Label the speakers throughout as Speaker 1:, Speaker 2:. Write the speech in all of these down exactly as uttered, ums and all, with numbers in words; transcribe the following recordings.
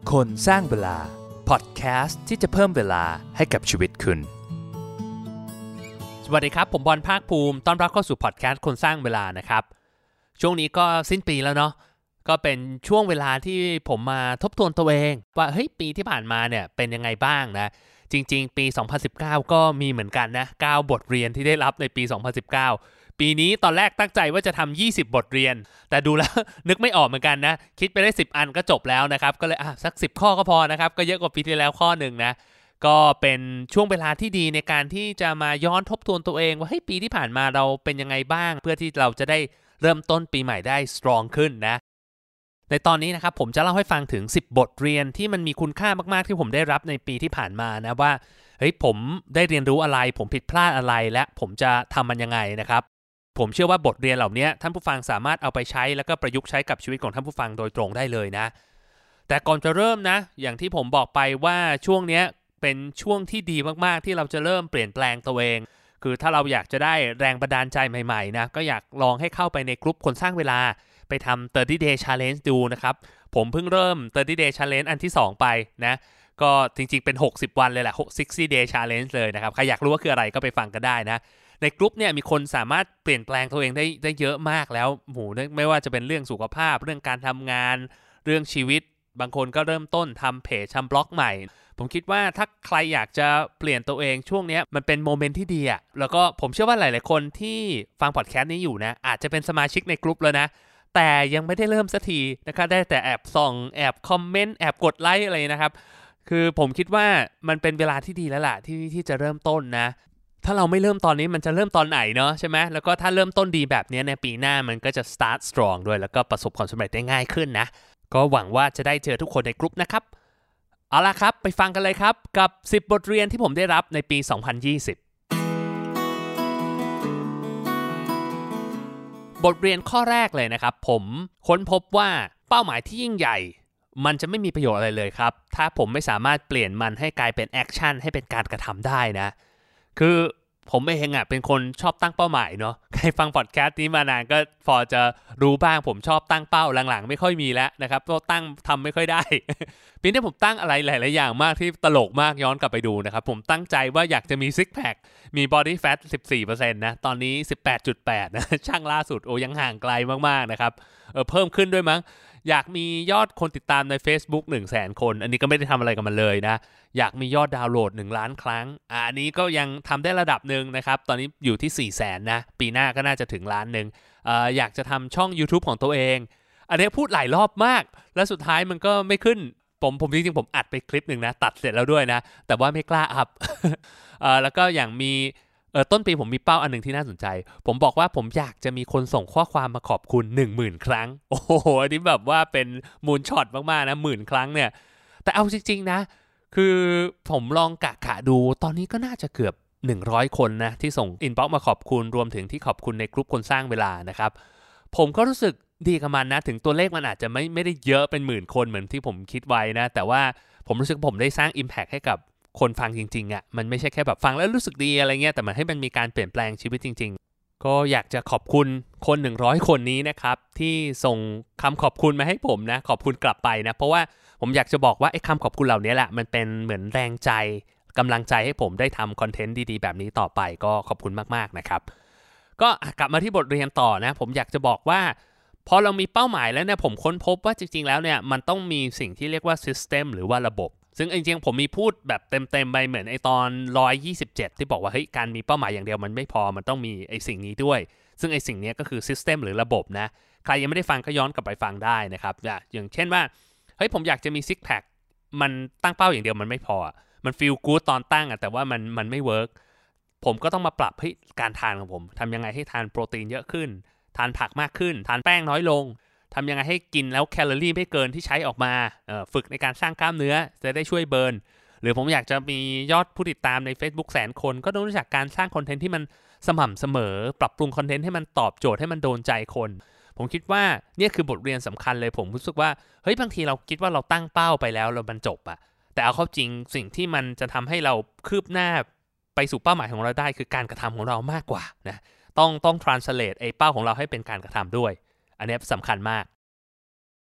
Speaker 1: คนสร้างเวลาพอดแคสต์ที่จะเพิ่มเวลาให้กับชีวิตคุณ
Speaker 2: สวัสดีครับผมบอลภาคภูมิต้อนรับเข้าสู่พอดแคสต์คนสร้างเวลานะครับช่วงนี้ก็สิ้นปีแล้วเนาะก็เป็นช่วงเวลาที่ผมมาทบทวนตัวเองว่าเฮ้ยปีที่ผ่านมาเนี่ยเป็นยังไงบ้างนะจริงๆปีสองพันสิบเก้าก็มีเหมือนกันนะเก้าบทเรียนที่ได้รับในปีสองพันสิบเก้าปีนี้ตอนแรกตั้งใจว่าจะทำยี่สิบบทเรียนแต่ดูแล้ว นึกไม่ออกเหมือนกันนะคิดไปได้สิบอันก็จบแล้วนะครับก็เลยอ่ะสักสิบข้อก็พอนะครับก็เยอะกว่าปีที่แล้วข้อนึงนะก็เป็นช่วงเวลาที่ดีในการที่จะมาย้อนทบทวนตัวเองว่าเฮ้ยปีที่ผ่านมาเราเป็นยังไงบ้างเพื่อที่เราจะได้เริ่มต้นปีใหม่ได้สตรองขึ้นนะในตอนนี้นะครับผมจะเล่าให้ฟังถึงสิบบทเรียนที่มันมีคุณค่ามากๆที่ผมได้รับในปีที่ผ่านมานะว่าเฮ้ยผมได้เรียนรู้อะไรผมผิดพลาดอะไรและผมจะทำมันยังไงนะครับผมเชื่อว่าบทเรียนเหล่านี้ท่านผู้ฟังสามารถเอาไปใช้แล้วก็ประยุกต์ใช้กับชีวิตของท่านผู้ฟังโดยตรงได้เลยนะแต่ก่อนจะเริ่มนะอย่างที่ผมบอกไปว่าช่วงนี้เป็นช่วงที่ดีมากๆที่เราจะเริ่มเปลี่ยนแปลงตัวเองคือถ้าเราอยากจะได้แรงบันดาลใจใหม่ๆนะก็อยากลองให้เข้าไปในกลุ่มคนสร้างเวลาไปทำสามสิบ day challenge ดูนะครับผมเพิ่งเริ่มสามสิบ day challenge อันที่สองไปนะก็จริงๆเป็นหกสิบวันเลยแหละหกสิบ day challenge เลยนะครับใครอยากรู้ว่าคืออะไรก็ไปฟังกันได้นะในกลุ่มเนี่ยมีคนสามารถเปลี่ยนแปลงตัวเองได้ได้เยอะมากแล้วโหไม่ว่าจะเป็นเรื่องสุขภาพเรื่องการทำงานเรื่องชีวิตบางคนก็เริ่มต้นทำเพจทำบล็อกใหม่ผมคิดว่าถ้าใครอยากจะเปลี่ยนตัวเองช่วงนี้มันเป็นโมเมนต์ที่ดีอะแล้วก็ผมเชื่อว่าหลายๆคนที่ฟังพอดแคสต์นี้อยู่นะอาจจะเป็นสมาชิกในกลุ่มแล้วนะแต่ยังไม่ได้เริ่มสักทีนะครับได้แต่แอบส่องแอบคอมเมนต์แอบกดไลค์อะไรนะครับคือผมคิดว่ามันเป็นเวลาที่ดีแล้วล่ะที่ที่จะเริ่มต้นนะถ้าเราไม่เริ่มตอนนี้มันจะเริ่มตอนไหนเนาะใช่ไหมแล้วก็ถ้าเริ่มต้นดีแบบนี้ในปีหน้ามันก็จะ start strong ด้วยแล้วก็ประสบความสำเร็จได้ง่ายขึ้นนะก็หวังว่าจะได้เจอทุกคนในกลุ่มนะครับเอาล่ะครับไปฟังกันเลยครับกับสิบบทเรียนที่ผมได้รับในปีสองพันยี่สิบบทเรียนข้อแรกเลยนะครับผมค้นพบว่าเป้าหมายที่ยิ่งใหญ่มันจะไม่มีประโยชน์อะไรเลยครับถ้าผมไม่สามารถเปลี่ยนมันให้กลายเป็นแอคชั่นให้เป็นการกระทำได้นะคือผมเองอ่ะเป็นคนชอบตั้งเป้าหมายเนาะใครฟังพอดแคสต์นี้มานานก็พอจะรู้บ้างผมชอบตั้งเป้าหลังๆไม่ค่อยมีแล้วนะครับก็ตั้งทำไม่ค่อยได้ ปีนี้ผมตั้งอะไรหลายๆอย่างมากที่ตลกมากย้อนกลับไปดูนะครับผมตั้งใจว่าอยากจะมีซิกแพคมีบอดี้แฟท สิบสี่เปอร์เซ็นต์ นะตอนนี้ สิบแปดจุดแปด นะช่างล่าสุดโอ้ยังห่างไกลมากๆนะครับเออเพิ่มขึ้นด้วยมั้งอยากมียอดคนติดตามใน Facebook หนึ่งแสน คนอันนี้ก็ไม่ได้ทำอะไรกับมันเลยนะอยากมียอดดาวน์โหลดหนึ่งล้านครั้งอ่าอันนี้ก็ยังทำได้ระดับหนึ่งนะครับตอนนี้อยู่ที่ สี่แสน นะปีหน้าก็น่าจะถึงล้านหนึ่งเอ่ออยากจะทำช่อง YouTube ของตัวเองอันนี้พูดหลายรอบมากแล้วสุดท้ายมันก็ไม่ขึ้นผมผมจริงๆผมอัดไปคลิปหนึ่งนะตัดเสร็จแล้วด้วยนะแต่ว่าไม่กล้าอัพ เอ่อแล้วก็อย่างมีเออต้นปีผมมีเป้าอันหนึ่งที่น่าสนใจผมบอกว่าผมอยากจะมีคนส่งข้อความมาขอบคุณ หนึ่งหมื่น ครั้งโอ้โหอันนี้แบบว่าเป็นมูนช็อตมากๆนะหมื่นครั้งเนี่ยแต่เอาจริงๆนะคือผมลองกะกะดูตอนนี้ก็น่าจะเกือบหนึ่งร้อยคนนะที่ส่งอินบ็อกซ์มาขอบคุณรวมถึงที่ขอบคุณในกลุ่มคนสร้างเวลานะครับผมก็รู้สึกดีกับมันนะถึงตัวเลขมันอาจจะไม่ไม่ได้เยอะเป็นหมื่นคนเหมือนที่ผมคิดไว้นะแต่ว่าผมรู้สึกผมได้สร้าง impact ให้กับคนฟังจริงๆอ่ะมันไม่ใช่แค่แบบฟังแล้วรู้สึกดีอะไรเงี้ยแต่มันให้มันมีการเปลี่ยนแปลงชีวิตจริงๆก็อยากจะขอบคุณคนหนึ่งร้อยคนนี้นะครับที่ส่งคำขอบคุณมาให้ผมนะขอบคุณกลับไปนะเพราะว่าผมอยากจะบอกว่าไอ้คำขอบคุณเหล่านี้แหละมันเป็นเหมือนแรงใจกำลังใจให้ผมได้ทำคอนเทนต์ดีๆแบบนี้ต่อไปก็ขอบคุณมากๆนะครับก็กลับมาที่บทเรียนต่อนะผมอยากจะบอกว่าพอเรามีเป้าหมายแล้วเนี่ยผมค้นพบว่าจริงๆแล้วเนี่ยมันต้องมีสิ่งที่เรียกว่า system หรือว่าระบบซึ่งจริงๆผมมีพูดแบบเต็มๆไปเหมือนไอตอนหนึ่งร้อยยี่สิบเจ็ดที่บอกว่าเฮ้ยการมีเป้าหมายอย่างเดียวมันไม่พอมันต้องมีไอสิ่งนี้ด้วยซึ่งไอสิ่งนี้ก็คือ system หรือระบบนะใครยังไม่ได้ฟังก็ย้อนกลับไปฟังได้นะครับอย่างเช่นว่าเฮ้ยผมอยากจะมีซิกแพคมันตั้งเป้าอย่างเดียวมันไม่พอมันฟีลกู๊ดตอนตั้งอ่ะแต่ว่ามันมันไม่เวิร์กผมก็ต้องมาปรับเฮ้ยการทานของผมทำยังไงให้ทานโปรตีนเยอะขึ้นทานผักมากขึ้นทานแป้งน้อยลงทำยังไงให้กินแล้วแคลอรี่ไม่เกินที่ใช้ออกมาฝึกในการสร้างกล้ามเนื้อจะได้ช่วยเบิร์นหรือผมอยากจะมียอดผู้ติดตามใน Facebook แสนคนก็ต้องรู้จักการสร้างคอนเทนต์ที่มันสม่ำเสมอปรับปรุงคอนเทนต์ให้มันตอบโจทย์ให้มันโดนใจคนผมคิดว่าเนี่ยคือบทเรียนสำคัญเลยผมรู้สึกว่าเฮ้ยบางทีเราคิดว่าเราตั้งเป้าไปแล้วแล้วมันจบอะแต่เอาเข้าจริงสิ่งที่มันจะทำให้เราคืบหน้าไปสู่เป้าหมายของเราได้คือการกระทำของเรามากกว่านะต้องต้อง translate ไอ้เป้าของเราให้เป็นการกระทำด้วยอันนี้สำคัญมาก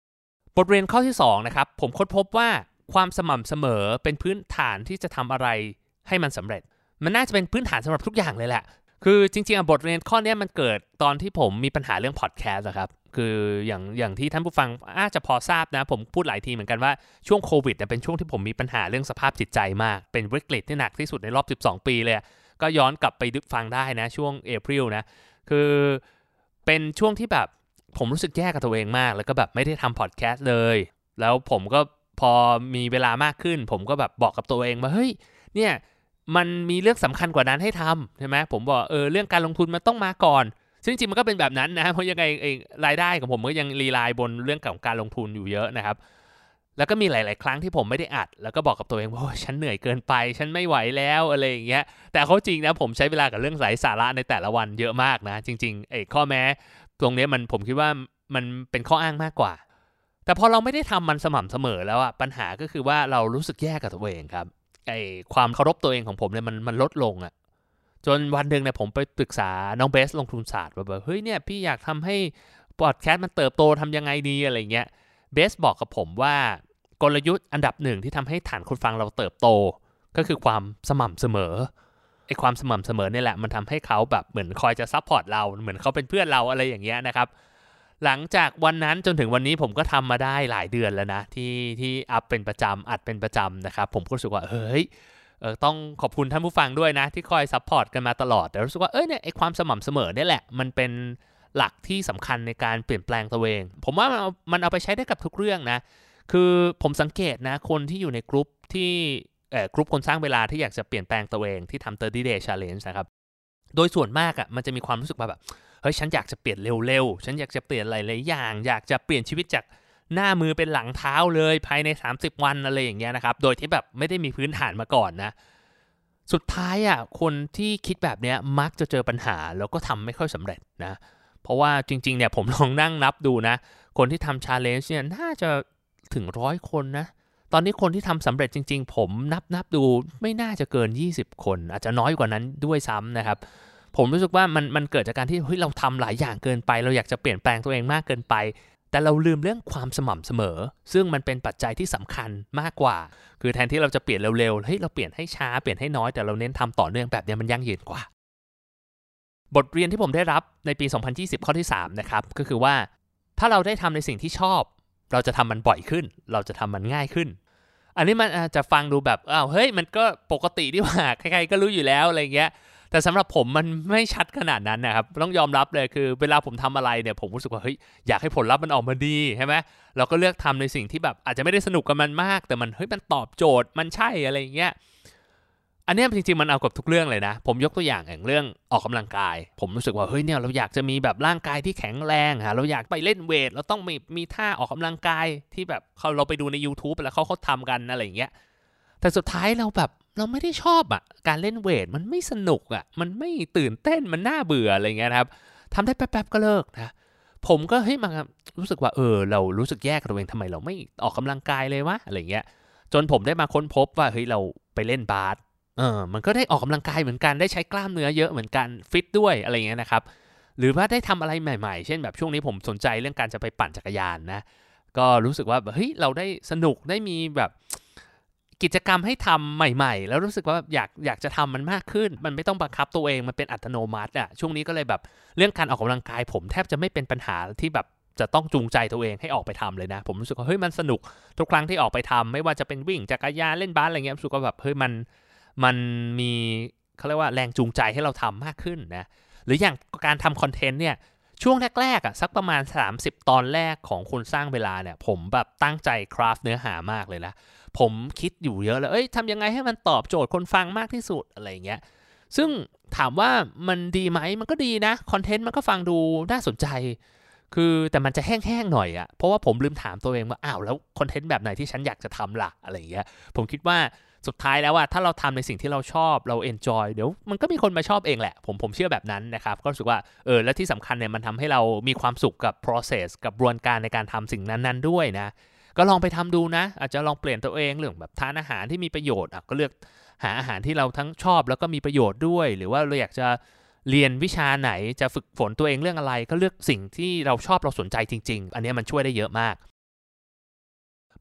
Speaker 2: บทเรียนข้อที่สองนะครับผมค้นพบว่าความสม่ำเสมอเป็นพื้นฐานที่จะทำอะไรให้มันสำเร็จมันน่าจะเป็นพื้นฐานสำหรับทุกอย่างเลยแหละคือจริงๆอ่ะบทเรียนข้อนี้มันเกิดตอนที่ผมมีปัญหาเรื่องพอดแคสต์ครับคืออย่างอย่างที่ท่านผู้ฟังอาจจะพอทราบนะผมพูดหลายทีเหมือนกันว่าช่วงโควิดเป็นช่วงที่ผมมีปัญหาเรื่องสภาพจิตใจมากเป็นวิกฤตที่หนักที่สุดในรอบสิบสองปีเลยก็ย้อนกลับไปฟังได้นะช่วงเอพริลนะคือเป็นช่วงที่แบบผมรู้สึกแย่กับตัวเองมากแล้วก็แบบไม่ได้ทำพอดแคสต์เลยแล้วผมก็พอมีเวลามากขึ้นผมก็แบบบอกกับตัวเองว่าเฮ้ยเนี่ยมันมีเรื่องสำคัญกว่านั้นให้ทำใช่ไหมผมบอกเออเรื่องการลงทุนมันต้องมาก่อนซึ่งจริงมันก็เป็นแบบนั้นนะเพราะยังไงรายได้ของผมก็ยังรีไลน์บนเรื่องของการลงทุนอยู่เยอะนะครับแล้วก็มีหลายๆครั้งที่ผมไม่ได้อัดแล้วก็บอกกับตัวเองว่าฉันเหนื่อยเกินไปฉันไม่ไหวแล้วอะไรอย่างเงี้ยแต่เขาจริงนะผมใช้เวลากับเรื่องไร้สาระในแต่ละวันเยอะมากนะจริงๆไอ้ข้อแม้ตรงนี้มันผมคิดว่ามันเป็นข้ออ้างมากกว่าแต่พอเราไม่ได้ทำมันสม่ำเสมอแล้วอะปัญหาก็คือว่าเรารู้สึกแย่กับตัวเองครับไอ้ความเคารพตัวเองของผมเนี่ยมันมันลดลงอะจนวันหนึ่งเนี่ยผมไปปรึกษาน้องเบสลงทุนศาสตร์ว่าแบบเฮ้ยเนี่ยพี่อยากทำให้พอดแคสต์มันเติบโตทำยังไงดีอะไรเงี้ยเบสบอกกับผมว่ากลยุทธ์อันดับหนึ่งที่ทำให้ฐานคนฟังเราเติบโตก็คือความสม่ำเสมอไอ้ความสม่ำเสมอนี่แหละมันทำให้เขาแบบเหมือนคอยจะซัพพอร์ตเราเหมือนเขาเป็นเพื่อนเราอะไรอย่างเงี้ยนะครับหลังจากวันนั้นจนถึงวันนี้ผมก็ทำมาได้หลายเดือนแล้วนะที่ที่อัพเป็นประจำอัดเป็นประจำนะครับผมก็รู้สึกว่าเฮ้ยเออต้องขอบคุณท่านผู้ฟังด้วยนะที่คอยซัพพอร์ตกันมาตลอดแต่รู้สึกว่าเอ้ยเนี่ยไอ้ความสม่ำเสมอนี่แหละมันเป็นหลักที่สำคัญในการเปลี่ยนแปลงตัวเองผมว่ามันเอามันเอาไปใช้ได้กับทุกเรื่องนะคือผมสังเกตนะคนที่อยู่ในกลุ่มที่เอ่อกลุ่มคนสร้างเวลาที่อยากจะเปลี่ยนแปลงตัวเองที่ทำสามสิบ day challenge นะครับโดยส่วนมากอ่ะมันจะมีความรู้สึกว่าแบบเฮ้ยฉันอยากจะเปลี่ยนเร็วๆฉันอยากจะเปลี่ยนหลายๆอย่างอยากจะเปลี่ยนชีวิตจากหน้ามือเป็นหลังเท้าเลยภายในสามสิบวันอะไรอย่างเงี้ยนะครับโดยที่แบบไม่ได้มีพื้นฐานมาก่อนนะสุดท้ายอ่ะคนที่คิดแบบเนี้ยมักจะเจอปัญหาแล้วก็ทำไม่ค่อยสำเร็จนะเพราะว่าจริงๆเนี่ยผมลองนั่งนับดูนะคนที่ทำ challenge เนี่ยน่าจะถึงร้อยคนนะตอนนี้คนที่ทำสำเร็จจริงๆผมนับนับดูไม่น่าจะเกินยี่สิบคนอาจจะน้อยกว่านั้นด้วยซ้ำนะครับผมรู้สึกว่ามันมันเกิดจากการที่เฮ้ยเราทำหลายอย่างเกินไปเราอยากจะเปลี่ยนแปลงตัวเองมากเกินไปแต่เราลืมเรื่องความสม่ำเสมอซึ่งมันเป็นปัจจัยที่สำคัญมากกว่าคือแทนที่เราจะเปลี่ยนเร็วๆเฮ้ยเราเปลี่ยนให้ช้าเปลี่ยนให้น้อยแต่เราเน้นทำต่อเนื่องแบบนี้มันยั่งยืนกว่าบทเรียนที่ผมได้รับในปีสองพันยี่สิบข้อที่สามนะครับก็คือว่าถ้าเราได้ทำในสิ่งที่ชอบเราจะทำมันบ่อยขึ้นเราจะทำมันง่ายขึ้นอันนี้มันอาจจะฟังดูแบบอ้าวเฮ้ยมันก็ปกติดีว่าใครๆก็รู้อยู่แล้วอะไรเงี้ยแต่สำหรับผมมันไม่ชัดขนาดนั้นนะครับต้องยอมรับเลยคือเวลาผมทำอะไรเนี่ยผมรู้สึกว่าเฮ้ยอยากให้ผลลัพธ์มันออกมาดีใช่ไหมเราก็เลือกทำในสิ่งที่แบบอาจจะไม่ได้สนุกกับมันมากแต่มันเฮ้ยมันตอบโจทย์มันใช่อะไรเงี้ยอันนี้จริงๆมันเอากับทุกเรื่องเลยนะผมยกตัวอย่างอย่างเรื่องออกกำลังกายผมรู้สึกว่าเฮ้ยเนี่ยเราอยากจะมีแบบร่างกายที่แข็งแรงฮะเราอยากไปเล่นเวทเราต้องมีมีท่าออกกำลังกายที่แบบเราไปดูใน YouTube แล้วเขาเขาทำกันอะไรอย่างเงี้ยแต่สุดท้ายเราแบบเราไม่ได้ชอบอ่ะการเล่นเวทมันไม่สนุกอ่ะมันไม่ตื่นเต้นมันน่าเบื่ออะไรเงี้ยครับทำได้แป๊บๆก็เลิกนะผมก็เฮ้ยมารู้สึกว่าเออเรารู้สึกแย่กับตัวเองทำไมเราไม่ออกกำลังกายเลยวะอะไรเงี้ยจนผมได้มาค้นพบว่าเฮ้ยเราไปเล่นบาสเออมันก็ได้ออกกำลังกายเหมือนกันได้ใช้กล้ามเนื้อเยอะเหมือนกันฟิตด้วยอะไรเงี้ยนะครับหรือว่าได้ทำอะไรใหม่ๆเช่นแบบช่วงนี้ผมสนใจเรื่องการจะไปปั่นจักรยานนะก็รู้สึกว่าเฮ้ยเราได้สนุกได้มีแบบกิจกรรมให้ทำใหม่ๆแล้วรู้สึกว่าอยากอยากจะทำมันมากขึ้นมันไม่ต้องบังคับตัวเองมันเป็นอัตโนมัติอ่ะช่วงนี้ก็เลยแบบเรื่องการออกกำลังกายผมแทบจะไม่เป็นปัญหาที่แบบจะต้องจูงใจตัวเองให้ออกไปทำเลยนะผมรู้สึกว่าเฮ้ยมันสนุกทุกครั้งที่ออกไปทำไม่ว่าจะเป็นวิ่งจักรยานเล่นบาสอะไรเงี้ยรู้สึกว่าแบบเฮ้ยมันมันมีเขาเรียกว่าแรงจูงใจให้เราทำมากขึ้นนะหรืออย่างการทำคอนเทนต์เนี่ยช่วงแรกๆอ่ะสักประมาณสามสิบตอนแรกของคนสร้างเวลาเนี่ยผมแบบตั้งใจคราฟเนื้อหามากเลยนะผมคิดอยู่เยอะเลยเอ้ยทำยังไงให้มันตอบโจทย์คนฟังมากที่สุดอะไรเงี้ยซึ่งถามว่ามันดีไหมมันก็ดีนะคอนเทนต์มันก็ฟังดูน่าสนใจคือแต่มันจะแห้งๆหน่อยอ่ะเพราะว่าผมลืมถามตัวเองว่าอ้าวแล้วคอนเทนต์แบบไหนที่ฉันอยากจะทำล่ะอะไรเงี้ยผมคิดว่าสุดท้ายแล้วว่าถ้าเราทำในสิ่งที่เราชอบเราเอนจอยเดี๋ยวมันก็มีคนมาชอบเองแหละผมผมเชื่อแบบนั้นนะครับก็รู้สึกว่าเออและที่สำคัญเนี่ยมันทำให้เรามีความสุขกับ process กับกระบวนการในการทำสิ่งนั้นๆด้วยนะก็ลองไปทำดูนะอาจจะลองเปลี่ยนตัวเองเรื่องแบบทานอาหารที่มีประโยชน์อ่ะก็เลือกหาอาหารที่เราทั้งชอบแล้วก็มีประโยชน์ด้วยหรือว่าเราอยากจะเรียนวิชาไหนจะฝึกฝนตัวเองเรื่องอะไรก็เลือกสิ่งที่เราชอบเราสนใจจริงๆอันนี้มันช่วยได้เยอะมาก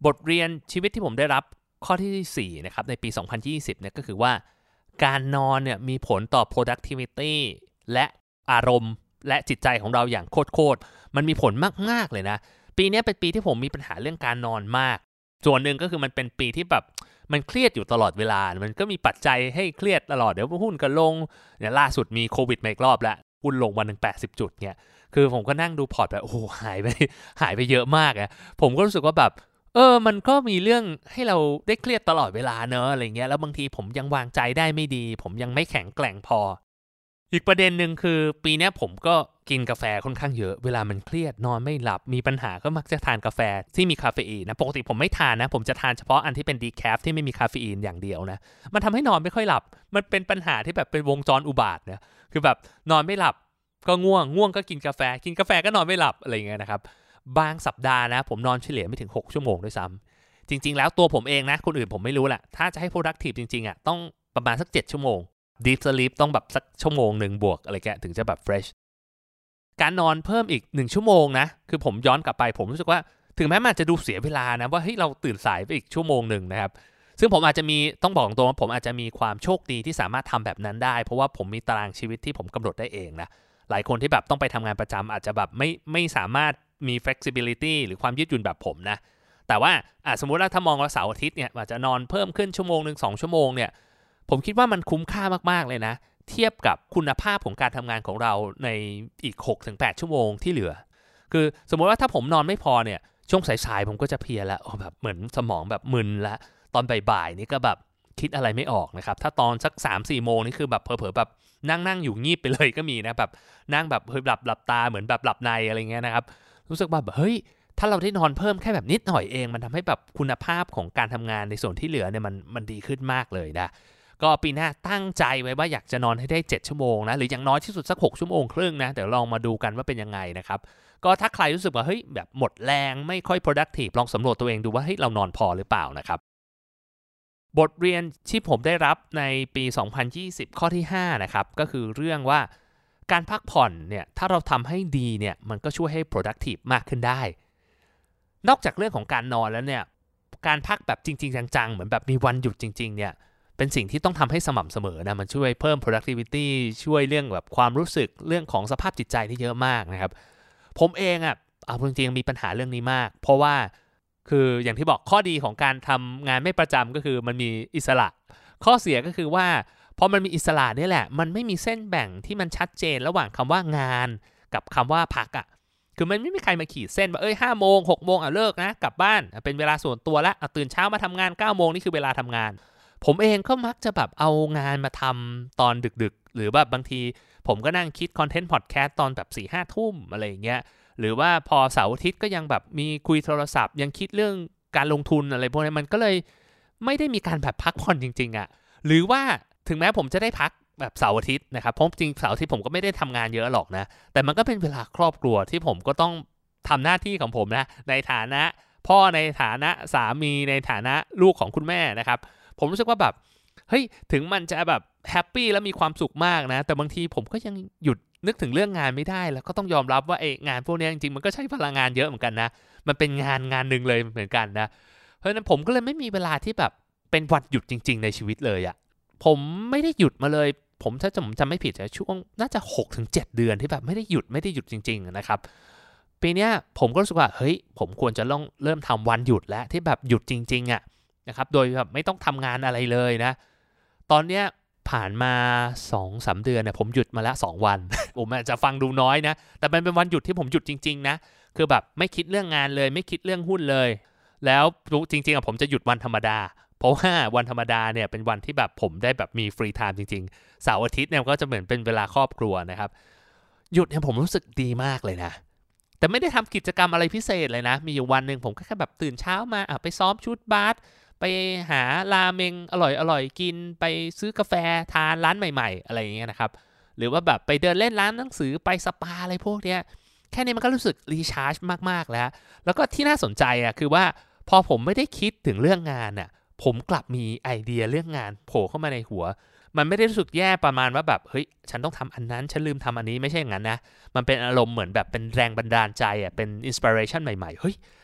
Speaker 2: บทเรียนชีวิตที่ผมได้รับข้อที่สี่นะครับในปีสองพันยี่สิบเนี่ยก็คือว่าการนอนเนี่ยมีผลต่อ productivity และอารมณ์และจิตใจของเราอย่างโคตรๆมันมีผลมากๆเลยนะปีนี้เป็นปีที่ผมมีปัญหาเรื่องการนอนมากส่วนหนึ่งก็คือมันเป็นปีที่แบบมันเครียดอยู่ตลอดเวลามันก็มีปัจจัยให้เครียดตลอดเดี๋ยวหุ้นก็ลงเนี่ยล่าสุดมีโควิดมาอีกรอบแล้วหุ้นลงวันหนึ่งแปดสิบจุดเนี่ยคือผมก็นั่งดูพอร์ตแบบโอ้โหหายไปหายไปเยอะมากอะผมก็รู้สึกว่าแบบเออมันก็มีเรื่องให้เราได้เครียดตลอดเวลาเนอะอะไรเงี้ยแล้วบางทีผมยังวางใจได้ไม่ดีผมยังไม่แข็งแกร่งพออีกประเด็นหนึ่งคือปีนี้ผมก็กินกาแฟค่อนข้างเยอะเวลามันเครียดนอนไม่หลับมีปัญหาก็มักจะทานกาแฟที่มีคาเฟอีนนะปกติผมไม่ทานนะผมจะทานเฉพาะอันที่เป็นดีแคฟที่ไม่มีคาเฟอีนอย่างเดียวนะมันทำให้นอนไม่ค่อยหลับมันเป็นปัญหาที่แบบเป็นวงจรอุบาทนะคือแบบนอนไม่หลับก็ง่วงง่วงก็กินกาแฟกินกาแฟก็นอนไม่หลับอะไรอย่างเงี้ยนะครับบางสัปดาห์นะผมนอนเฉลี่ยไม่ถึงหกชั่วโมงด้วยซ้ำจริงๆแล้วตัวผมเองนะคนอื่นผมไม่รู้แหละถ้าจะให้ productive จริงๆอ่ะต้องประมาณสักเจ็ดชั่วโมงDeep Sleep ต้องแบบสักชั่วโมงหนึ่งบวกอะไรแกถึงจะแบบ fresh การนอนเพิ่มอีกหนึ่งชั่วโมงนะคือผมย้อนกลับไปผมรู้สึกว่าถึงแม้มันจะดูเสียเวลานะว่าเฮ้ยเราตื่นสายไปอีกชั่วโมงหนึ่งนะครับซึ่งผมอาจจะมีต้องบอกตรงว่าผมอาจจะมีความโชคดีที่สามารถทำแบบนั้นได้เพราะว่าผมมีตารางชีวิตที่ผมกำหนดได้เองนะหลายคนที่แบบต้องไปทำงานประจำอาจจะแบบไม่ไม่สามารถมี flexibility หรือความยืดหยุ่นแบบผมนะแต่ว่าสมมุติว่าถ้ามองว่าเสาร์อาทิตย์เนี่ยอาจจะนอนเพิ่มขึ้นชั่วโมงนึงสองชั่วโมงเนี่ยผมคิดว่ามันคุ้มค่ามากๆเลยนะเทียบกับคุณภาพของการทำงานของเราในอีก หกถึงแปด ชั่วโมงที่เหลือคือสมมติว่าถ้าผมนอนไม่พอเนี่ยช่วงสายๆผมก็จะเพลียแล้วแบบเหมือนสมองแบบมึนแล้วตอนบ่ายๆนี่ก็แบบคิดอะไรไม่ออกนะครับถ้าตอนสัก สามสี่ โมงนี่คือแบบเผลอๆแบบนั่งๆอยู่งีบไปเลยก็มีนะแบบนั่งแบบเฮ้ยหลับหลับตาเหมือนแบบหลับในอะไรเงี้ยนะครับรู้สึกว่าแบบเฮ้ยถ้าเราได้นอนเพิ่มแค่แบบนิดหน่อยเองมันทำให้แบบคุณภาพของการทำงานในส่วนที่เหลือเนี่ยมันมันดีขึ้นมากเลยนะก็ปีหน้าตั้งใจไว้ว่าอยากจะนอนให้ได้เจ็ดชั่วโมงนะหรืออย่างน้อยที่สุดสักหกชั่วโมงครึ่งนะเดี๋ยวลองมาดูกันว่าเป็นยังไงนะครับก็ถ้าใครรู้สึกว่าเฮ้ยแบบหมดแรงไม่ค่อย productive ลองสำรวจตัวเองดูว่าเฮ้ยเรานอนพอหรือเปล่านะครับบทเรียนที่ผมได้รับในปีสองพันยี่สิบข้อที่ห้านะครับก็คือเรื่องว่าการพักผ่อนเนี่ยถ้าเราทำให้ดีเนี่ยมันก็ช่วยให้ productive มากขึ้นได้นอกจากเรื่องของการนอนแล้วเนี่ยการพักแบบจริงๆจังๆเหมือนแบบมีวันหยุดจริงๆเนี่ยเป็นสิ่งที่ต้องทำให้สม่ำเสมอนะมันช่วยเพิ่ม productivity ช่วยเรื่องแบบความรู้สึกเรื่องของสภาพจิตใจที่เยอะมากนะครับผมเองอ่ะเอาจริงๆมีปัญหาเรื่องนี้มากเพราะว่าคืออย่างที่บอกข้อดีของการทำงานไม่ประจำก็คือมันมีอิสระข้อเสียก็คือว่าพอมันมีอิสระนี่แหละมันไม่มีเส้นแบ่งที่มันชัดเจนระหว่างคำว่างานกับคำว่าพักอ่ะคือมันไม่มีใครมาขีดเส้นว่าเอ้ยห้าโมงหกโมงอ่ะเลิกนะกลับบ้านเป็นเวลาส่วนตัวละตื่นเช้ามาทำงานเก้าโมงนี่คือเวลาทำงานผมเองก็มักจะแบบเอางานมาทำตอนดึกๆหรือแบบบางทีผมก็นั่งคิดคอนเทนต์พอดแคสต์ตอนแบบสี่ห้าทุ่มอะไรอย่างเงี้ยหรือว่าพอเสาร์อาทิตย์ก็ยังแบบมีคุยโทรศัพท์ยังคิดเรื่องการลงทุนอะไรพวกนี้มันก็เลยไม่ได้มีการแบบพักผ่อนจริงๆอ่ะหรือว่าถึงแม้ผมจะได้พักแบบเสาร์อาทิตย์นะครับเพราะจริงเสาร์อาทิตย์ผมก็ไม่ได้ทำงานเยอะหรอกนะแต่มันก็เป็นเวลาครอบครัวที่ผมก็ต้องทำหน้าที่ของผมนะในฐานะพ่อในฐานะสามีในฐานะลูกของคุณแม่นะครับผมรู้สึกว่าแบบเฮ้ยถึงมันจะแบบแฮปปี้และมีความสุขมากนะแต่บางทีผมก็ยังหยุดนึกถึงเรื่องงานไม่ได้แล้วก็ต้องยอมรับว่าไอ้งานพวกนี้จริงๆมันก็ใช้พลังงานเยอะเหมือนกันนะมันเป็นงานงานนึงเลยเหมือนกันนะเพราะฉะนั้นผมก็เลยไม่มีเวลาที่แบบเป็นวันหยุดจริงๆในชีวิตเลยอะผมไม่ได้หยุดมาเลยผมถ้าผมจำไม่ผิดจะช่วงน่าจะ หกถึงเจ็ด เดือนที่แบบไม่ได้หยุดไม่ได้หยุดจริงๆนะครับปีนี้ผมก็รู้สึกว่าเฮ้ยผมควรจะต้องเริ่มทำวันหยุดแล้วที่แบบหยุดจริงๆอะนะครับโดยแบบไม่ต้องทำงานอะไรเลยนะตอนเนี้ยผ่านมา สองถึงสาม เดือนเนี่ยผมหยุดมาแล้วสองวัน ผมอาจจะฟังดูน้อยนะแต่มันเป็นวันหยุดที่ผมหยุดจริงๆนะคือแบบไม่คิดเรื่องงานเลยไม่คิดเรื่องหุ้นเลยแล้วจริงๆอ่ะผมจะหยุดวันธรรมดาเพราะว่าวันธรรมดาเนี่ยเป็นวันที่แบบผมได้แบบมีฟรีไทม์จริงๆเสาร์อาทิตย์เนี่ยก็จะเหมือนเป็นเวลาครอบครัวนะครับหยุดเนี่ยผมรู้สึกดีมากเลยนะแต่ไม่ได้ทำกิจกรรมอะไรพิเศษเลยนะมีอยู่วันนึงผมก็แค่แบบตื่นเช้ามาอ่ะไปซ้อมชุดบาสไปหาราเมงอร่อยๆกินไปซื้อกาแฟทานร้านใหม่ๆอะไรอย่างเงี้ยนะครับหรือว่าแบบไปเดินเล่นร้านหนังสือไปสปาอะไรพวกเนี้ยแค่นี้มันก็รู้สึกรีชาร์จมากๆแล้วแล้วก็ที่น่าสนใจอ่ะคือว่าพอผมไม่ได้คิดถึงเรื่องงานอ่ะผมกลับมีไอเดียเรื่องงานโผล่เข้ามาในหัวมันไม่ได้รู้สึกแย่ประมาณว่าแบบเฮ้ยฉันต้องทำอันนั้นฉันลืมทำอันนี้ไม่ใช่อย่างนั้นนะมันเป็นอารมณ์เหมือนแบบเป็นแรงบันดาลใจอ่ะเป็นอินสปิเรชันใหม่ๆเฮ้ย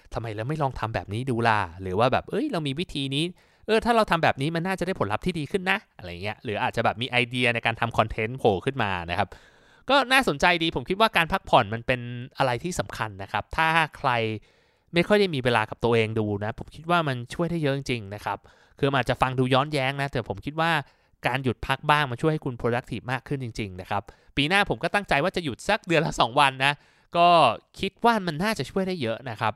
Speaker 2: ทำไมเราไม่ลองทำแบบนี้ดูล่ะหรือว่าแบบเอ้ยเรามีวิธีนี้เออถ้าเราทำแบบนี้มันน่าจะได้ผลลัพธ์ที่ดีขึ้นนะอะไรเงี้ยหรืออาจจะแบบมีไอเดียในการทำคอนเทนต์โผล่ขึ้นมานะครับก็น่าสนใจดีผมคิดว่าการพักผ่อนมันเป็นอะไรที่สำคัญนะครับถ้าใครไม่ค่อยได้มีเวลากับตัวเองดูนะผมคิดว่ามันช่วยได้เยอะจริงๆนะครับคือมันอาจจะฟังดูย้อนแย้งนะแต่ผมคิดว่าการหยุดพักบ้างมันช่วยให้คุณ productive มากขึ้นจริงๆนะครับปีหน้าผมก็ตั้งใจว่าจะหยุดสักเดือนละสองวันนะก็คิดว่ามันน่าจะช่วยได้เยอะนะครับ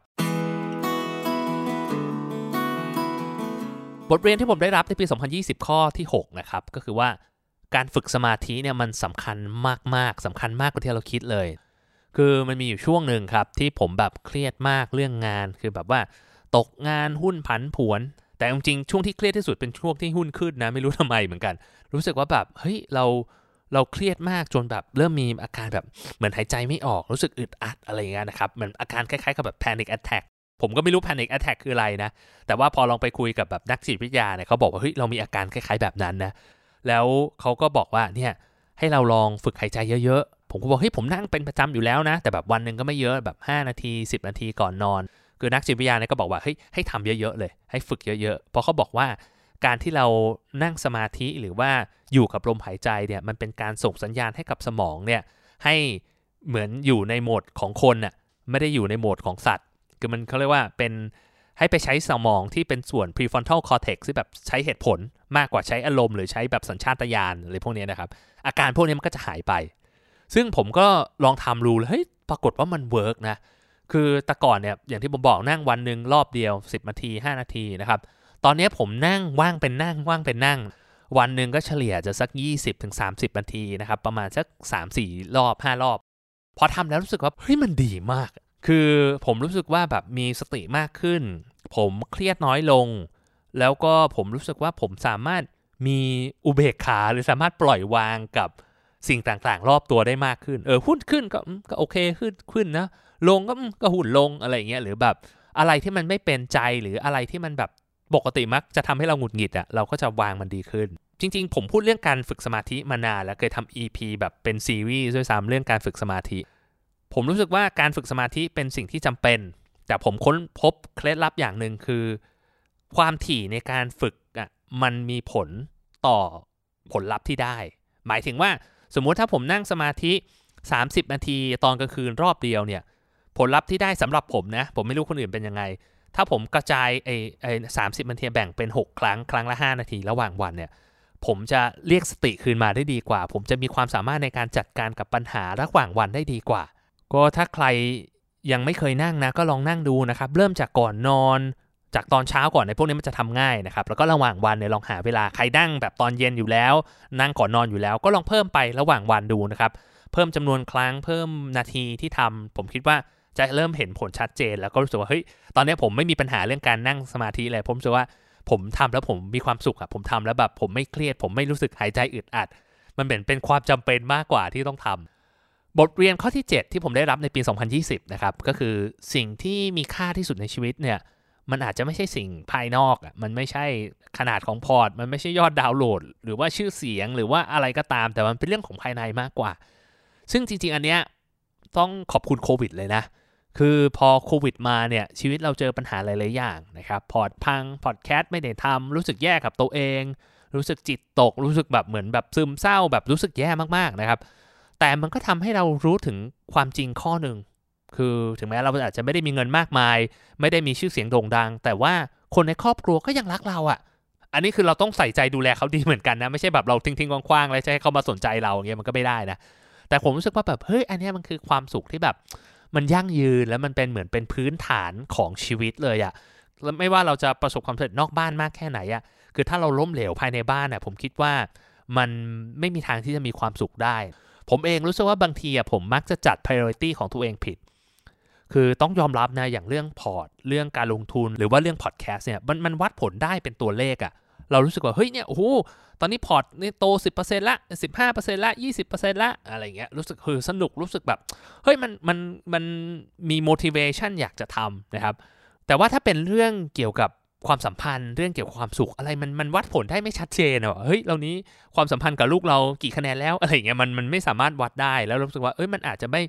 Speaker 2: บทเรียนที่ผมได้รับในปีสองพันยี่สิบข้อที่หกนะครับก็คือว่าการฝึกสมาธิเนี่ยมันสำคัญมากๆสำคัญมากกว่าที่เราคิดเลยคือมันมีอยู่ช่วงหนึ่งครับที่ผมแบบเครียดมากเรื่องงานคือแบบว่าตกงานหุ้นผันผวนแต่จริงๆช่วงที่เครียดที่สุดเป็นช่วงที่หุ้นขึ้นนะไม่รู้ทำไมเหมือนกันรู้สึกว่าแบบเฮ้ยเราเราเครียดมากจนแบบเริ่มมีอาการแบบเหมือนหายใจไม่ออกรู้สึกอึดอัดอะไรอย่างเงี้ยนะครับเหมือนอาการคล้ายๆกับแบบ panic attack ผมก็ไม่รู้ panic attack คืออะไรนะแต่ว่าพอลองไปคุยกับแบบนักจิตวิทยาเนี่ยเขาบอกว่าเฮ้ยเรามีอาการคล้ายๆแบบนั้นนะแล้วเขาก็บอกว่าเนี่ยให้เราลองฝึกหายใจเยอะๆผมก็บอกเฮ้ยผมนั่งเป็นประจำอยู่แล้วนะแต่แบบวันนึงก็ไม่เยอะแบบห้านาทีสิบนาทีก่อนนอนคือนักจิตวิทยาเนี่ยก็บอกว่าเฮ้ยให้ทำเยอะๆเลยให้ฝึกเยอะๆเพราะเขาบอกว่าการที่เรานั่งสมาธิหรือว่าอยู่กับลมหายใจเนี่ยมันเป็นการส่งสัญญาณให้กับสมองเนี่ยให้เหมือนอยู่ในโหมดของคนน่ะไม่ได้อยู่ในโหมดของสัตว์คือมันเขาเรียกว่าเป็นให้ไปใช้สมองที่เป็นส่วน prefrontal cortex ที่แบบใช้เหตุผลมากกว่าใช้อารมณ์หรือใช้แบบสัญชาตญาณอะไรพวกนี้นะครับอาการพวกนี้มันก็จะหายไปซึ่งผมก็ลองทำดูแล้วเฮ้ยปรากฏว่ามันเวิร์กนะคือแต่ก่อนเนี่ยอย่างที่ผมบอกนั่งวันนึงรอบเดียวสิบนาทีห้านาทีนะครับตอนนี้ผมนั่งว่างเป็นนั่งว่างเป็นนั่งวันนึงก็เฉลี่ยจะสัก ยี่สิบถึงสามสิบ นาทีนะครับประมาณสัก สามสี่ รอบห้ารอบพอทำแล้วรู้สึกว่าเฮ้ยมันดีมากคือผมรู้สึกว่าแบบมีสติมากขึ้นผมเครียดน้อยลงแล้วก็ผมรู้สึกว่าผมสามารถมีอุเบกขาหรือสามารถปล่อยวางกับสิ่งต่างๆรอบตัวได้มากขึ้นเออหุ้นขึ้นก็ก็โอเคขึ้นขึ้นนะลงก็ก็หุ้นลงอะไรอย่างเงี้ยหรือแบบอะไรที่มันไม่เป็นใจหรืออะไรที่มันแบบปกติมักจะทำให้เราหงุดหงิดอ่ะเราก็จะวางมันดีขึ้นจริงๆผมพูดเรื่องการฝึกสมาธิมานานแล้วเคยทำ อี พี แบบเป็นซีรีส์ด้วยซ้ำเรื่องการฝึกสมาธิผมรู้สึกว่าการฝึกสมาธิเป็นสิ่งที่จำเป็นแต่ผมค้นพบเคล็ดลับอย่างหนึ่งคือความถี่ในการฝึกอ่ะมันมีผลต่อผลลัพธ์ที่ได้หมายถึงว่าสมมุติถ้าผมนั่งสมาธิสามสิบนาทีตอนกลางคืนรอบเดียวเนี่ยผลลัพธ์ที่ได้สำหรับผมนะผมไม่รู้คนอื่นเป็นยังไงถ้าผมกระจายไอ้ไอ้สามสิบนาทีแบ่งเป็นหกครั้งครั้งละห้านาทีระหว่างวันเนี่ยผมจะเรียกสติคืนมาได้ดีกว่าผมจะมีความสามารถในการจัดการกับปัญหาระหว่างวันได้ดีกว่าก็ถ้าใครยังไม่เคยนั่งนะก็ลองนั่งดูนะครับเริ่มจากก่อนนอนจากตอนเช้าก่อนในพวกนี้มันจะทำง่ายนะครับแล้วก็ระหว่างวันเนี่ยลองหาเวลาใครนั่งแบบตอนเย็นอยู่แล้วนั่งก่อนนอนอยู่แล้วก็ลองเพิ่มไประหว่างวันดูนะครับเพิ่มจำนวนครั้งเพิ่มนาทีที่ทำผมคิดว่าจะเริ่มเห็นผลชัดเจนแล้วก็รู้สึกว่าเฮ้ยตอนนี้ผมไม่มีปัญหาเรื่องการนั่งสมาธิเลยผมรู้สึกว่าผมทำแล้วผมมีความสุขอะผมทำแล้วแบบผมไม่เครียดผมไม่รู้สึกหายใจอึดอัดมันเป็นเป็นความจำเป็นมากกว่าที่ต้องทำบทเรียนข้อที่เจ็ดที่ผมได้รับในปีสองพันยี่สิบนะครับก็คือสิ่งที่มีค่าที่สุดในชีวิตเนี่ยมันอาจจะไม่ใช่สิ่งภายนอกอ่ะมันไม่ใช่ขนาดของพอร์ตมันไม่ใช่ยอดดาวน์โหลดหรือว่าชื่อเสียงหรือว่าอะไรก็ตามแต่มันเป็นเรื่องของภายในมากกว่าซึ่งจริงๆอันเนี้ยต้องขอบคุณโควิดเลยนะคือพอโควิดมาเนี่ยชีวิตเราเจอปัญหาหลายๆอย่างนะครับพอร์ตพังพอดแคสต์ไม่ได้ทำรู้สึกแย่กับตัวเองรู้สึกจิตตกรู้สึกแบบเหมือนแบบซึมเศร้าแบบรู้สึกแย่มากๆนะครับแต่มันก็ทำให้เรารู้ถึงความจริงข้อหนึ่งคือถึงแม้เราอาจจะไม่ได้มีเงินมากมายไม่ได้มีชื่อเสียงโด่งดังแต่ว่าคนในครอบครัวก็ยังรักเราอ่ะอันนี้คือเราต้องใส่ใจดูแลเขาดีเหมือนกันนะไม่ใช่แบบเราทิ้งๆกว้างๆแล้วจะให้เขามาสนใจเราอย่างเงี้ยมันก็ไม่ได้นะแต่ผมรู้สึกว่าแบบเฮ้ยอันนี้มันคือความสุขที่แบบมันยั่งยืนแล้วมันเป็นเหมือนเป็นพื้นฐานของชีวิตเลยอ่ะแล้วไม่ว่าเราจะประสบความสำเร็จนอกบ้านมากแค่ไหนอ่ะคือถ้าเราล้มเหลวภายในบ้านอ่ะผมคิดว่ามันไม่มีทางที่จะมีความสุขได้ผมเองรู้สึกว่าบางทีอ่ะผมมักจะจัด priority ของตัวเองผิดคือต้องยอมรับนะอย่างเรื่องพอร์ตเรื่องการลงทุนหรือว่าเรื่องพอดแคสต์เนี่ยมันมันวัดผลได้เป็นตัวเลขอ่ะเรารู้สึกว่าเฮ้ยเนี่ยโอ้โหตอนนี้พอร์ตนี่โต สิบเปอร์เซ็นต์ ละ สิบห้าเปอร์เซ็นต์ ละ ยี่สิบเปอร์เซ็นต์ ละอะไรเงี้ยรู้สึกคือสนุกรู้สึกแบบเฮ้ยมันมันมันมี motivation อยากจะทำนะครับแต่ว่าถ้าเป็นเรื่องเกี่ยวกับความสัมพันธ์เรื่องเกี่ยวกับความสุขอะไรมันมันวัดผลได้ไม่ชัดเจนอ่ะเฮ้ยเรานี้ความสัมพันธ์กับลูกเรากี่คะแนนแล้วอะไรเงี้ยมันมันไม่สามารถวัดได้แล้วรู้สึกว่าเอ้ยมันอาจจะไม่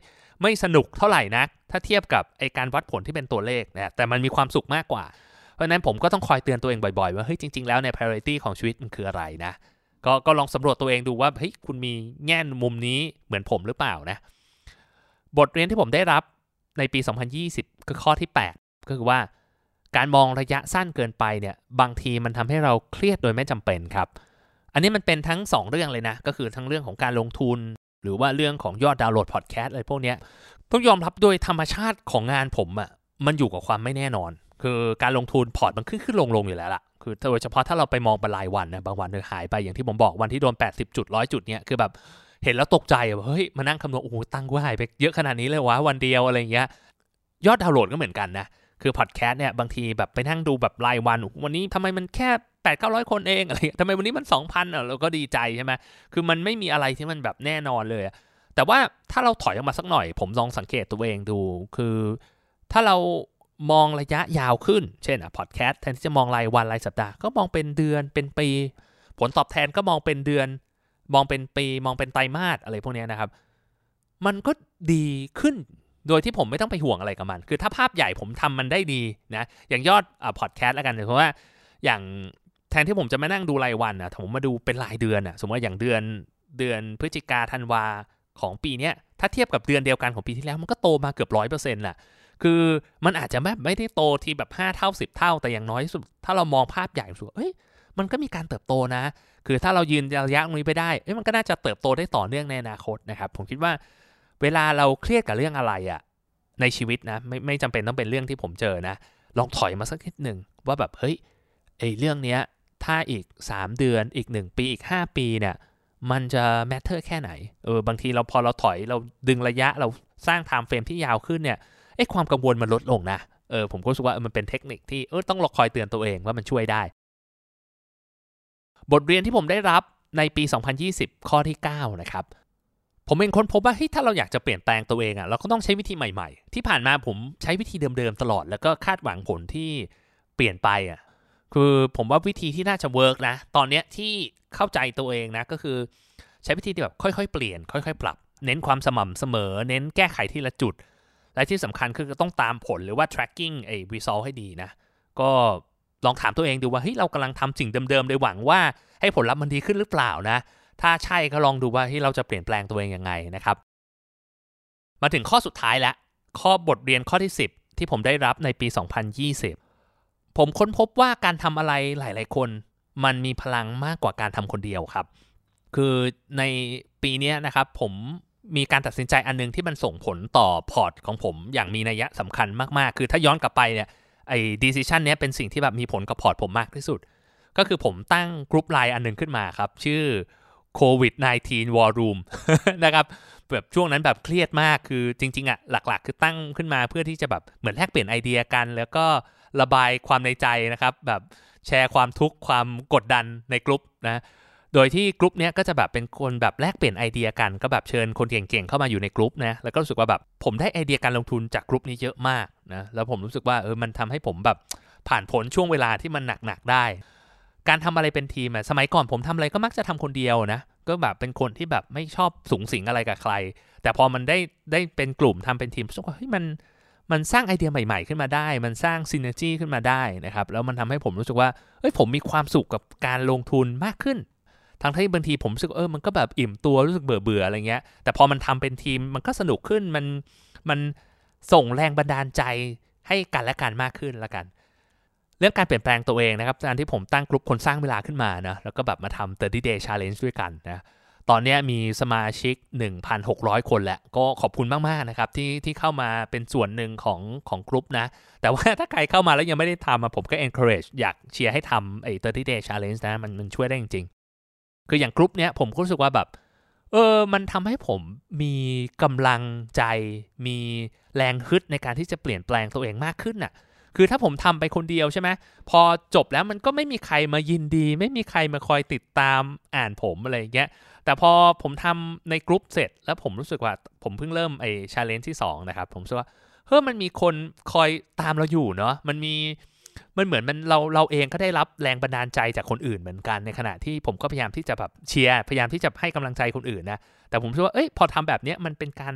Speaker 2: ไม่สนุกเท่าไหร่นักถ้าเทียบกับไอการวัดผลที่เป็นตัวเลขนะแต่มันมีความสุขมากกว่าเพราะนั้นผมก็ต้องคอยเตือนตัวเองบ่อยๆว่าเฮ้ยจริงๆแล้วใน priority ของชีวิตมันคืออะไรนะก็ก็ลองสำรวจตัวเองดูว่าเฮ้ยคุณมีแง่มุมนี้เหมือนผมหรือเปล่านะบทเรียนที่ผมได้รับในปีสองพันยี่สิบคือข้อที่แปดก็คือว่าการมองระยะสั้นเกินไปเนี่ยบางทีมันทำให้เราเครียดโดยไม่จำเป็นครับอันนี้มันเป็นทั้งสองเรื่องเลยนะก็คือทั้งเรื่องของการลงทุนหรือว่าเรื่องของยอดดาวน์โหลดพอดแคสต์อะไรพวกนี้ต้องยอมรับโดยธรรมชาติของงานผมอ่ะมันอยู่กับความไม่แน่นอนคือการลงทุนพอร์ตมันขึ้นขึ้นลงลงอยู่แล้วล่ะคือโดยเฉพาะถ้าเราไปมองเป็นรายวันนะบางวันหายไปอย่างที่ผมบอกวันที่โดนแปดสิบจุดหนึ่งร้อยจุดเนี่ยคือแบบเห็นแล้วตกใจว่าเฮ้ยมานั่งคำนวณโอ้โหตังค์กูหายไปเยอะขนาดนี้เลยวะวันเดียวอะไรเงี้ยยอดดาวน์โหลดก็เหมือนกันนะคือพอดแคสต์เนี่ยบางทีแบบไปนั่งดูแบบรายวันวันนี้ทำไมมันแค่แปดเก้าร้อยคนเองอะไรทำไมวันนี้มัน สองพัน อ่ะเราก็ดีใจใช่ไหมคือมันไม่มีอะไรที่มันแบบแน่นอนเลยแต่ว่าถ้าเราถอยออกมาสักหน่อยผมลองสังเกตตัวเองดูคือถ้าเรามองระยะยาวขึ้นเช่นอ่ะพอดแคสต์แทนที่จะมองรายวันรายสัปดาห์ก็มองเป็นเดือนเป็นปีผลตอบแทนก็มองเป็นเดือนมองเป็นปีมองเป็นไตรมาสอะไรพวกนี้นะครับมันก็ดีขึ้นโดยที่ผมไม่ต้องไปห่วงอะไรกับมันคือถ้าภาพใหญ่ผมทำมันได้ดีนะอย่างยอดอ่ะพอดแคสต์แล้วกันเพราะว่าอย่างแทนที่ผมจะมานั่งดูรายวันอ่ะผมมาดูเป็นรายเดือนอ่ะสมมติว่าอย่างเดือนเดือนพฤศจิกาธันวาของปีนี้ถ้าเทียบกับเดือนเดียวกันของปีที่แล้วมันก็โตมาเกือบ ร้อยเปอร์เซ็นต์ แหละคือมันอาจจะไม่ไม่ได้โตที่แบบห้าเท่าสิบเท่าแต่อย่างน้อยที่สุดถ้าเรามองภาพใหญ่สุดเอ้ยมันก็มีการเติบโตนะคือถ้าเรายืนระยะนี้ไปได้เอ้ยมันก็น่าจะเติบโตได้ต่อเนื่องในอนาคตนะครับผมคิดว่าเวลาเราเครียดกับเรื่องอะไรอ่ะในชีวิตนะไม่ไม่จำเป็นต้องเป็นเรื่องที่ผมเจอนะลองถอยมาสักนิดนึงว่าแบบเฮ้ยไอ้เรื่องเนี้ยถ้าอีกสามเดือนอีกหนึ่งปีอีกห้าปีเนี่ยมันจะ matter แค่ไหนเออบางทีเราพอเราถอยเราดึงระยะเราสร้าง time frame ที่ยาวขึ้นเนี่ยไอ้ความกังวลมันลดลงนะเออผมก็รู้สึกว่ามันเป็นเทคนิคที่เออต้องคอยเตือนตัวเองว่ามันช่วยได้บทเรียนที่ผมได้รับในปีสองพันยี่สิบข้อที่เก้านะครับผมเองค้นพบว่าเฮ้ยถ้าเราอยากจะเปลี่ยนแปลงตัวเองอ่ะเราก็ต้องใช้วิธีใหม่ๆที่ผ่านมาผมใช้วิธีเดิมๆตลอดแล้วก็คาดหวังผลที่เปลี่ยนไปอ่ะคือผมว่าวิธีที่น่าจะเวิร์กนะตอนเนี้ยที่เข้าใจตัวเองนะก็คือใช้วิธีที่แบบค่อยๆเปลี่ยนค่อยๆปรับเน้นความสม่ำเสมอเน้นแก้ไขทีละจุดและที่สำคัญคือต้องตามผลหรือว่า tracking ไอ้ result ให้ดีนะก็ลองถามตัวเองดูว่าเฮ้ยเรากำลังทำสิ่งเดิมๆโดยหวังว่าให้ผลลัพธ์มันดีขึ้นหรือเปล่านะถ้าใช่ก็ลองดูว่าที่เราจะเปลี่ยนแปลงตัวเองยังไงนะครับมาถึงข้อสุดท้ายแล้วข้อบทเรียนข้อที่สิบที่ผมได้รับในปีสองพันยี่สิบผมค้นพบว่าการทำอะไรหลายๆคนมันมีพลังมากกว่าการทำคนเดียวครับคือในปีนี้นะครับผมมีการตัดสินใจอันนึงที่มันส่งผลต่อพอร์ตของผมอย่างมีนัยสำคัญมากๆคือถ้าย้อนกลับไปเนี่ยไอ้ decision เนี้ยเป็นสิ่งที่แบบมีผลกับพอร์ตผมมากที่สุดก็คือผมตั้งกรุ๊ปไลน์อันนึงขึ้นมาครับชื่อ โควิดสิบเก้า War Room นะครับแบบช่วงนั้นแบบเครียดมากคือจริงๆอ่ะหลักๆคือตั้งขึ้นมาเพื่อที่จะแบบเหมือนแลกเปลี่ยนไอเดียกันแล้วก็ระบายความในใจนะครับแบบแชร์ความทุกข์ความกดดันในกรุ๊ปนะโดยที่กรุ๊ปเนี้ยก็จะแบบเป็นคนแบบแลกเปลี่ยนไอเดียกันก็แบบเชิญคนเก่งๆเข้ามาอยู่ในกรุ๊ปนะแล้วก็รู้สึกว่าแบบผมได้ไอเดียการลงทุนจากกรุ๊ปนี้เยอะมากนะแล้วผมรู้สึกว่าเออมันทำให้ผมแบบผ่านพ้นช่วงเวลาที่มันหนักๆได้การทำอะไรเป็นทีมอะสมัยก่อนผมทำอะไรก็มักจะทำคนเดียวนะก็แบบเป็นคนที่แบบไม่ชอบสุงสิงอะไรกับใครแต่พอมันได้ได้เป็นกลุ่มทำเป็นทีมรู้สึกว่าเฮ้ยมันมันสร้างไอเดียใหม่ๆขึ้นมาได้มันสร้างซินเนอร์จีขึ้นมาได้นะครับแล้วมันทำให้ผมรู้สึกว่าเฮ้ยผมมีความสุขกับการลงทุนมากขึ้นทั้งที่บางทีผมรู้สึกเออมันก็แบบอิ่มตัวรู้สึกเบื่อเบื่ออะไรเงี้ยแต่พอมันทำเป็นทีมมันก็สนุกขึ้นมันมันส่งแรงบันดาลใจให้กันและกันมากขึ้นละกันเรื่องการเปลี่ยนแปลงตัวเองนะครับการที่ผมตั้งกลุ่มคนสร้างเวลาขึ้นมานะแล้วก็แบบมาทำสามสิบ day challenge ด้วยกันนะตอนนี้มีสมาชิก หนึ่งพันหกร้อย คนแล้วก็ขอบคุณมากๆนะครับที่ที่เข้ามาเป็นส่วนหนึ่งของของกลุ่มนะแต่ว่าถ้าใครเข้ามาแล้วยังไม่ได้ทำผมก็ encourage อยากเชียร์ให้ทำไอ้สามสิบ day challenge นะมันมันช่วยได้จริงๆคืออย่างกลุ่มเนี้ยผมรู้สึกว่าแบบเออมันทำให้ผมมีกำลังใจมีแรงฮึดในการที่จะเปลี่ยนแปลงตัวเองมากขึ้นน่ะคือถ้าผมทำไปคนเดียวใช่ไหมพอจบแล้วมันก็ไม่มีใครมายินดีไม่มีใครมาคอยติดตามอ่านผมอะไรอย่างเงี้ยแต่พอผมทำในกลุ่มเสร็จแล้วผมรู้สึกว่าผมเพิ่งเริ่มไอ้ challenge ที่สองนะครับผมรู้สึกว่าเฮ้ยมันมีคนคอยตามเราอยู่เนาะมันมีมันเหมือนมันเราเราเองก็ได้รับแรงบันดาลใจจากคนอื่นเหมือนกันในขณะที่ผมก็พยายามที่จะแบบเชียร์พยายามที่จะให้กำลังใจคนอื่นนะแต่ผมรู้สึกว่าเอ้ยพอทำแบบนี้มันเป็นการ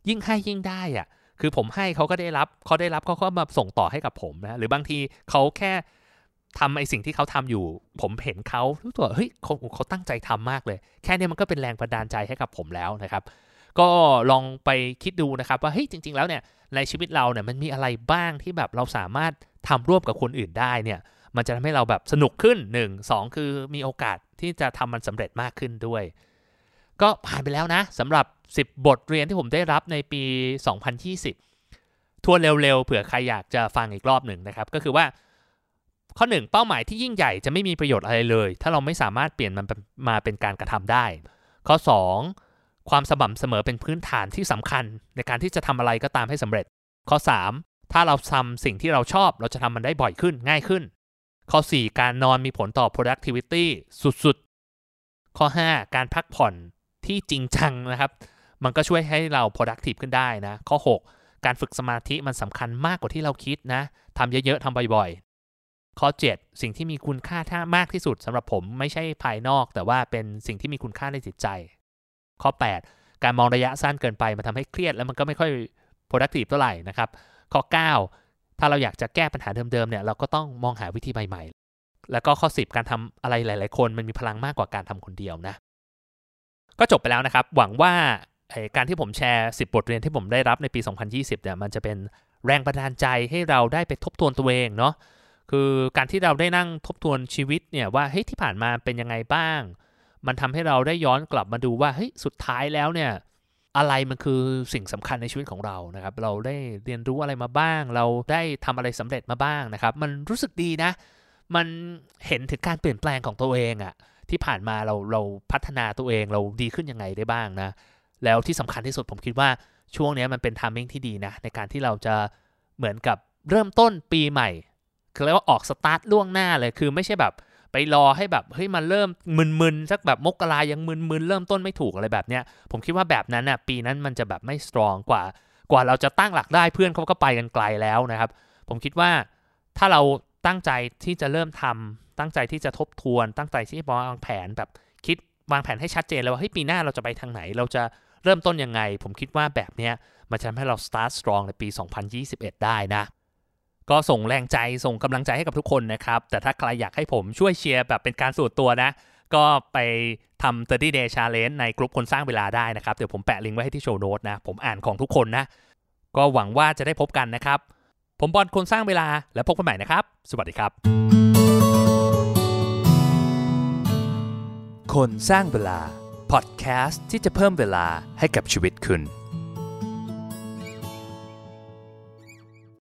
Speaker 2: ยิ่งให้ยิ่งได้อ่ะคือผมให้เขาก็ได้รับเขาได้รับเขาก็มาส่งต่อให้กับผมนะหรือบางทีเขาแค่ทำไอสิ่งที่เขาทำอยู่ผมเห็นเขารู้ตัวเฮ้ยเขาเขาตั้งใจทำมากเลยแค่นี้มันก็เป็นแรงบันดาลใจให้กับผมแล้วนะครับก็ลองไปคิดดูนะครับว่าเฮ้ยจริงๆแล้วเนี่ยในชีวิตเราเนี่ยมันมีอะไรบ้างที่แบบเราสามารถทำร่วมกับคนอื่นได้เนี่ยมันจะทำให้เราแบบสนุกขึ้นหนึ่ง สองคือมีโอกาสที่จะทำมันสำเร็จมากขึ้นด้วยก็ผ่านไปแล้วนะสำหรับสิบบทเรียนที่ผมได้รับในปีสองพันยี่สิบทวนเร็วๆเผื่อใครอยากจะฟังอีกรอบหนึ่งนะครับก็คือว่าข้อหนึ่งเป้าหมายที่ยิ่งใหญ่จะไม่มีประโยชน์อะไรเลยถ้าเราไม่สามารถเปลี่ยนมันมาเป็นการกระทำได้ข้อสองความสม่ำเสมอเป็นพื้นฐานที่สำคัญในการที่จะทำอะไรก็ตามให้สำเร็จข้อสามถ้าเราทำสิ่งที่เราชอบเราจะทำมันได้บ่อยขึ้นง่ายขึ้นข้อสี่การนอนมีผลต่อ productivity สุดๆข้อห้าการพักผ่อนที่จริงจังนะครับมันก็ช่วยให้เรา productive ขึ้นได้นะข้อหกการฝึกสมาธิมันสำคัญมากกว่าที่เราคิดนะทำเยอะๆทำบ่อยๆข้อเจ็ดสิ่งที่มีคุณค่าท่ามากที่สุดสำหรับผมไม่ใช่ภายนอกแต่ว่าเป็นสิ่งที่มีคุณค่าในจิตใจข้อแปดการมองระยะสั้นเกินไปมันทำให้เครียดแล้วมันก็ไม่ค่อย productive เท่าไหร่นะครับข้อเก้าถ้าเราอยากจะแก้ปัญหาเดิมๆเนี่ยเราก็ต้องมองหาวิธีใหม่ๆแล้วก็ข้อสิบการทำอะไรหลายๆคนมันมีพลังมากกว่าการทำคนเดียวนะก็จบไปแล้วนะครับหวังว่าการที่ผมแชร์สิบบทเรียนที่ผมได้รับในปีสองพันยี่สิบเนี่ยมันจะเป็นแรงบันดาลใจให้เราได้ไปทบทวนตัวเองเนาะคือการที่เราได้นั่งทบทวนชีวิตเนี่ยว่าเฮ้ยที่ผ่านมาเป็นยังไงบ้างมันทำให้เราได้ย้อนกลับมาดูว่าเฮ้ยสุดท้ายแล้วเนี่ยอะไรมันคือสิ่งสำคัญในชีวิตของเรานะครับเราได้เรียนรู้อะไรมาบ้างเราได้ทำอะไรสำเร็จมาบ้างนะครับมันรู้สึกดีนะมันเห็นถึงการเปลี่ยนแปลงของตัวเองอะที่ผ่านมาเราเราพัฒนาตัวเองเราดีขึ้นยังไงได้บ้างนะแล้วที่สำคัญที่สุดผมคิดว่าช่วงนี้มันเป็นไทมิ่งที่ดีนะในการที่เราจะเหมือนกับเริ่มต้นปีใหม่คือเรียกว่าออกสตาร์ทล่วงหน้าเลยคือไม่ใช่แบบไปรอให้แบบเฮ้ยมันเริ่มมึนๆสักแบบมกรายังมึนๆเริ่มต้นไม่ถูกอะไรแบบเนี้ยผมคิดว่าแบบนั้นน่ะปีนั้นมันจะแบบไม่สตรองกว่ากว่าเราจะตั้งหลักได้เพื่อนเขาก็ไปกันไกลแล้วนะครับผมคิดว่าถ้าเราตั้งใจที่จะเริ่มทำตั้งใจที่จะทบทวนตั้งใจที่จะวางแผนแบบคิดวางแผนให้ชัดเจนเลยว่าเฮ้ยปีหน้าเราจะไปทางไหนเราจะเริ่มต้นยังไงผมคิดว่าแบบเนี้ยมันจะทำให้เรา start strong ในปีสองพันยี่สิบเอ็ดได้นะก็ส่งแรงใจส่งกำลังใจให้กับทุกคนนะครับแต่ถ้าใครอยากให้ผมช่วยเชียร์แบบเป็นการส่วนตัวนะก็ไปทำสามสิบ day challenge ในกลุ่มคนสร้างเวลาได้นะครับเดี๋ยวผมแปะลิงก์ไว้ให้ที่โชว์โน้ตนะผมอ่านของทุกคนนะก็หวังว่าจะได้พบกันนะครับผมบอลคนสร้างเวลาแล้วพบกันใหม่นะครับสวัสดีครับ
Speaker 1: คนสร้างเวลาพอดแคสต์ที่จะเพิ่มเวลาให้กับชีวิตคุณ